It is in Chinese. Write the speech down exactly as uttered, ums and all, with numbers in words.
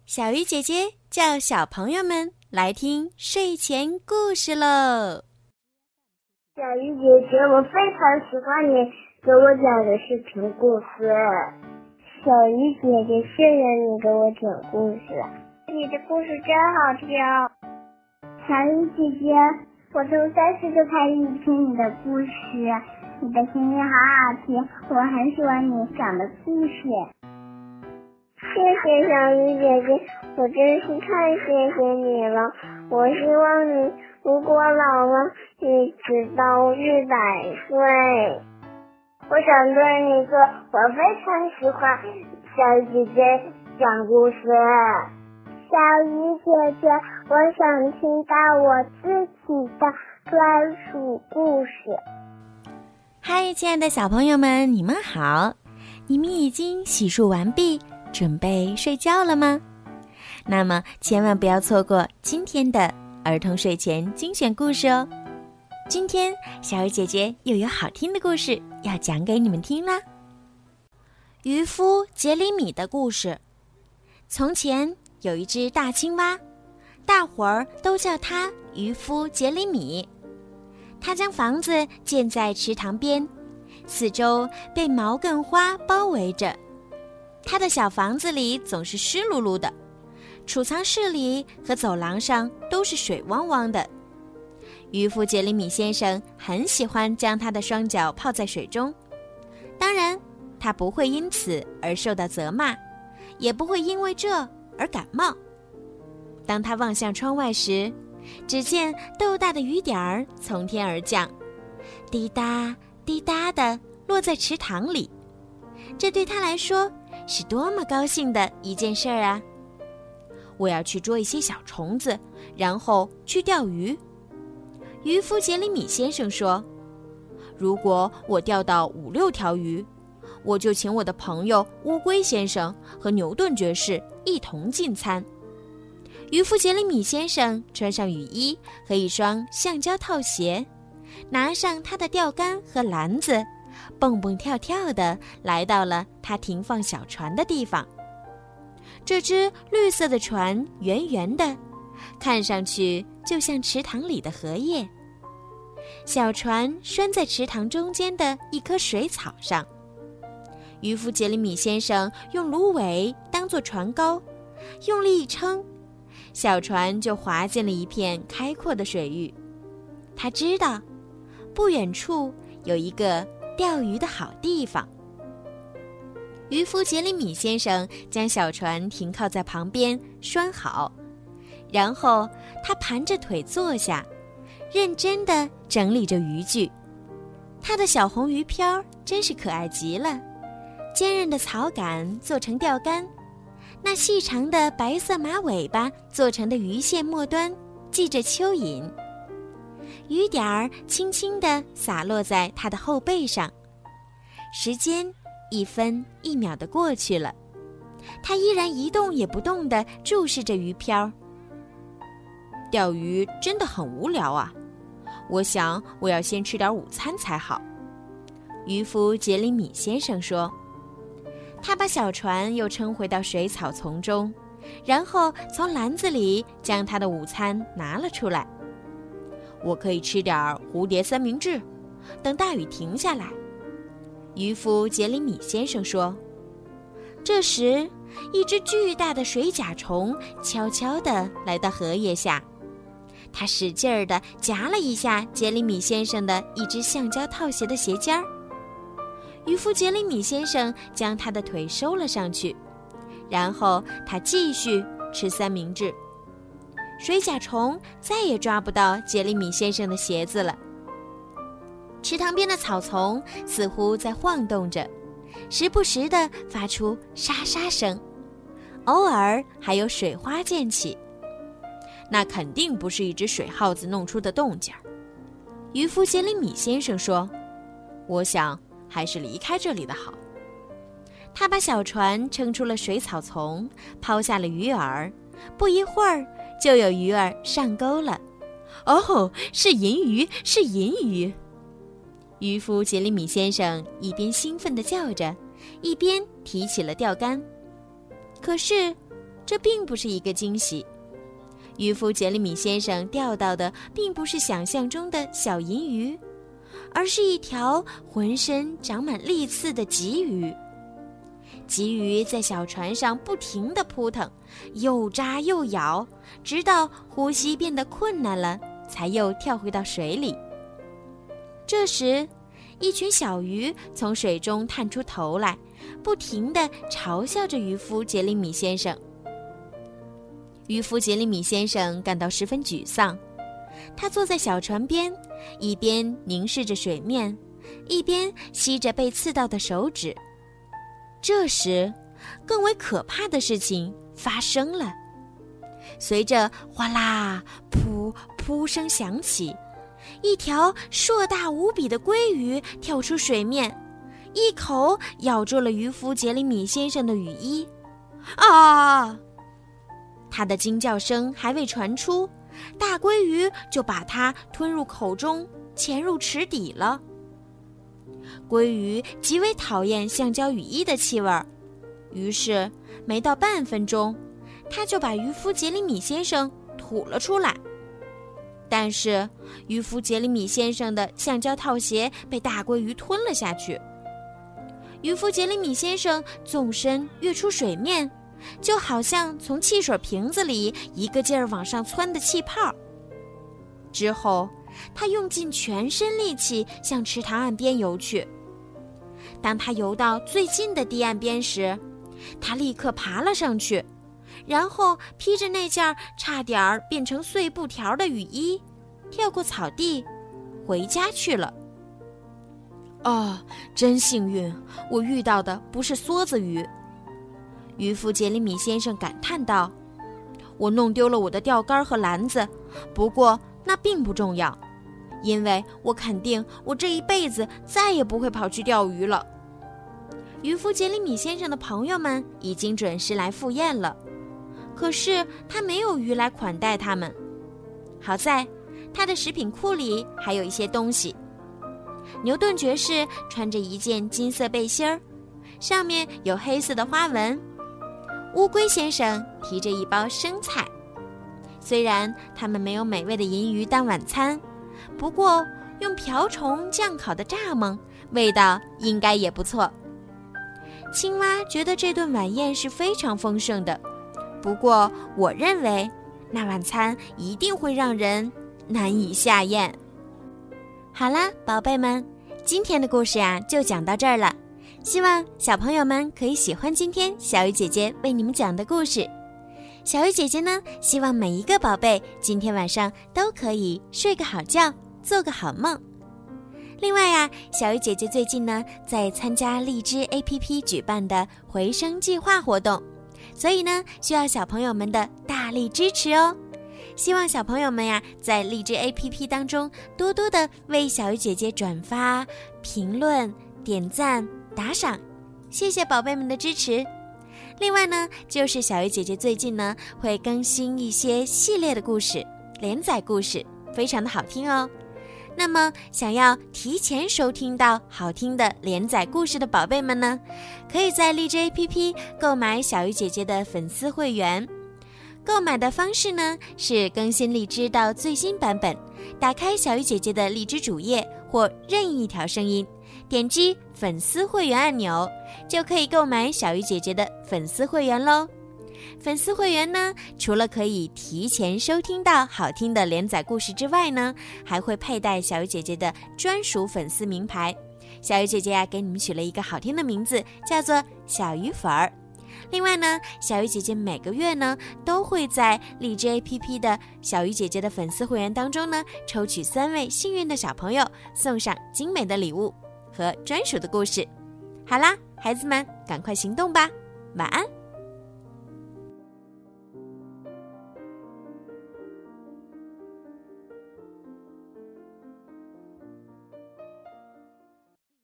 小鱼姐姐叫小朋友们来听睡前故事喽。 小鱼姐姐，我非常喜欢你给我讲的视频故事。小鱼姐姐，谢谢你给我讲故事，你的故事真好听。小鱼姐姐，我从三岁就开始听你的故事，你的声音好好听，我很喜欢你讲的故事。谢谢小鱼姐姐，我真是太谢谢你了。我希望你如果老了，一直到一百岁。我想对你说，我非常喜欢小鱼姐姐讲故事。小鱼姐姐，我想听到我自己的专属故事。 嗨，亲爱的小朋友们，你们好！你们已经洗漱完毕，准备睡觉了吗？那么千万不要错过今天的儿童睡前精选故事哦。今天小鱼姐姐又有好听的故事要讲给你们听啦。渔夫杰里米的故事。从前有一只大青蛙，大伙儿都叫它渔夫杰里米。他将房子建在池塘边，四周被毛茛花包围着。他的小房子里总是湿漉漉的，储藏室里和走廊上都是水汪汪的。渔夫杰里米先生很喜欢将他的双脚泡在水中，当然他不会因此而受到责骂，也不会因为这而感冒。当他望向窗外时，只见豆大的雨点儿从天而降，滴答滴答地落在池塘里。这对他来说是多么高兴的一件事儿啊！我要去捉一些小虫子，然后去钓鱼。渔夫杰里米先生说，如果我钓到五六条鱼，我就请我的朋友乌龟先生和牛顿爵士一同进餐。渔夫杰里米先生穿上雨衣和一双橡胶套鞋，拿上他的钓竿和篮子，蹦蹦跳跳地来到了他停放小船的地方。这只绿色的船圆圆的，看上去就像池塘里的荷叶。小船拴在池塘中间的一棵水草上。渔夫杰里米先生用芦苇当作船篙，用力一撑，小船就滑进了一片开阔的水域。他知道，不远处有一个钓鱼的好地方。渔夫杰里米先生将小船停靠在旁边，拴好，然后他盘着腿坐下，认真地整理着渔具。他的小红鱼漂真是可爱极了，坚韧的草杆做成钓竿，那细长的白色马尾巴做成的鱼线末端系着蚯蚓。雨点儿轻轻地洒落在他的后背上。时间一分一秒地过去了，他依然一动也不动地注视着鱼漂。钓鱼真的很无聊啊，我想我要先吃点午餐才好。渔夫杰里米先生说。他把小船又撑回到水草丛中，然后从篮子里将他的午餐拿了出来。我可以吃点蝴蝶三明治，等大雨停下来。渔夫杰里米先生说。这时，一只巨大的水甲虫悄悄地来到荷叶下，它使劲儿地夹了一下杰里米先生的一只橡胶套鞋的鞋尖儿。渔夫杰里米先生将他的腿收了上去，然后他继续吃三明治。水甲虫再也抓不到杰里米先生的鞋子了。池塘边的草丛似乎在晃动着，时不时地发出沙沙声，偶尔还有水花溅起。那肯定不是一只水耗子弄出的动静儿。渔夫杰里米先生说，我想还是离开这里的好。他把小船撑出了水草丛，抛下了鱼饵，不一会儿就有鱼儿上钩了。哦，是银鱼，是银鱼！渔夫杰里米先生一边兴奋地叫着，一边提起了钓竿。可是这并不是一个惊喜。渔夫杰里米先生钓到的并不是想象中的小银鱼，而是一条浑身长满利刺的鲫鱼。鲫鱼在小船上不停地扑腾，又扎又咬，直到呼吸变得困难了，才又跳回到水里。这时，一群小鱼从水中探出头来，不停地嘲笑着渔夫杰里米先生。渔夫杰里米先生感到十分沮丧，他坐在小船边，一边凝视着水面，一边吸着被刺到的手指。这时，更为可怕的事情发生了。随着哗啦、噗噗声响起，一条硕大无比的鲑鱼跳出水面，一口咬住了渔夫杰里米先生的雨衣。啊！他的惊叫声还未传出，大鲑鱼就把它吞入口中，潜入池底了。鲑鱼极为讨厌橡胶雨衣的气味，于是没到半分钟，他就把渔夫杰里米先生吐了出来。但是渔夫杰里米先生的橡胶套鞋被大鲑鱼吞了下去。渔夫杰里米先生纵身跃出水面，就好像从汽水瓶子里一个劲儿往上窜的气泡。之后他用尽全身力气向池塘岸边游去。当他游到最近的堤岸边时，他立刻爬了上去，然后披着那件差点变成碎布条的雨衣，跳过草地，回家去了。哦，真幸运，我遇到的不是梭子鱼。渔夫杰里米先生感叹道：我弄丢了我的钓竿和篮子，不过那并不重要，因为我肯定我这一辈子再也不会跑去钓鱼了。渔夫杰里米先生的朋友们已经准时来赴宴了，可是他没有鱼来款待他们。好在他的食品库里还有一些东西。牛顿爵士穿着一件金色背心儿，上面有黑色的花纹。乌龟先生提着一包生菜。虽然他们没有美味的银鱼当晚餐，不过用瓢虫酱烤的蚱蜢味道应该也不错。青蛙觉得这顿晚宴是非常丰盛的，不过我认为那晚餐一定会让人难以下咽。好啦，宝贝们，今天的故事呀、啊、就讲到这儿了。希望小朋友们可以喜欢今天小鱼姐姐为你们讲的故事。小鱼姐姐呢，希望每一个宝贝今天晚上都可以睡个好觉，做个好梦。另外呀、啊，小鱼姐姐最近呢在参加荔枝 A P P 举办的回声计划活动，所以呢需要小朋友们的大力支持哦。希望小朋友们呀在荔枝 A P P 当中多多的为小鱼姐姐转发、评论、点赞、打赏，谢谢宝贝们的支持。另外呢，就是小鱼姐姐最近呢会更新一些系列的故事，连载故事，非常的好听哦。那么想要提前收听到好听的连载故事的宝贝们呢，可以在荔枝 A P P 购买小鱼姐姐的粉丝会员。购买的方式呢是更新荔枝到最新版本，打开小鱼姐姐的荔枝主页或任意一条声音，点击粉丝会员按钮，就可以购买小鱼姐姐的粉丝会员咯。粉丝会员呢，除了可以提前收听到好听的连载故事之外呢，还会佩戴小鱼姐姐的专属粉丝名牌。小鱼姐姐呀，给你们取了一个好听的名字，叫做小鱼粉儿。另外呢，小鱼姐姐每个月呢都会在荔枝 A P P 的小鱼姐姐的粉丝会员当中呢，抽取三位幸运的小朋友，送上精美的礼物和专属的故事。好啦，孩子们，赶快行动吧，晚安。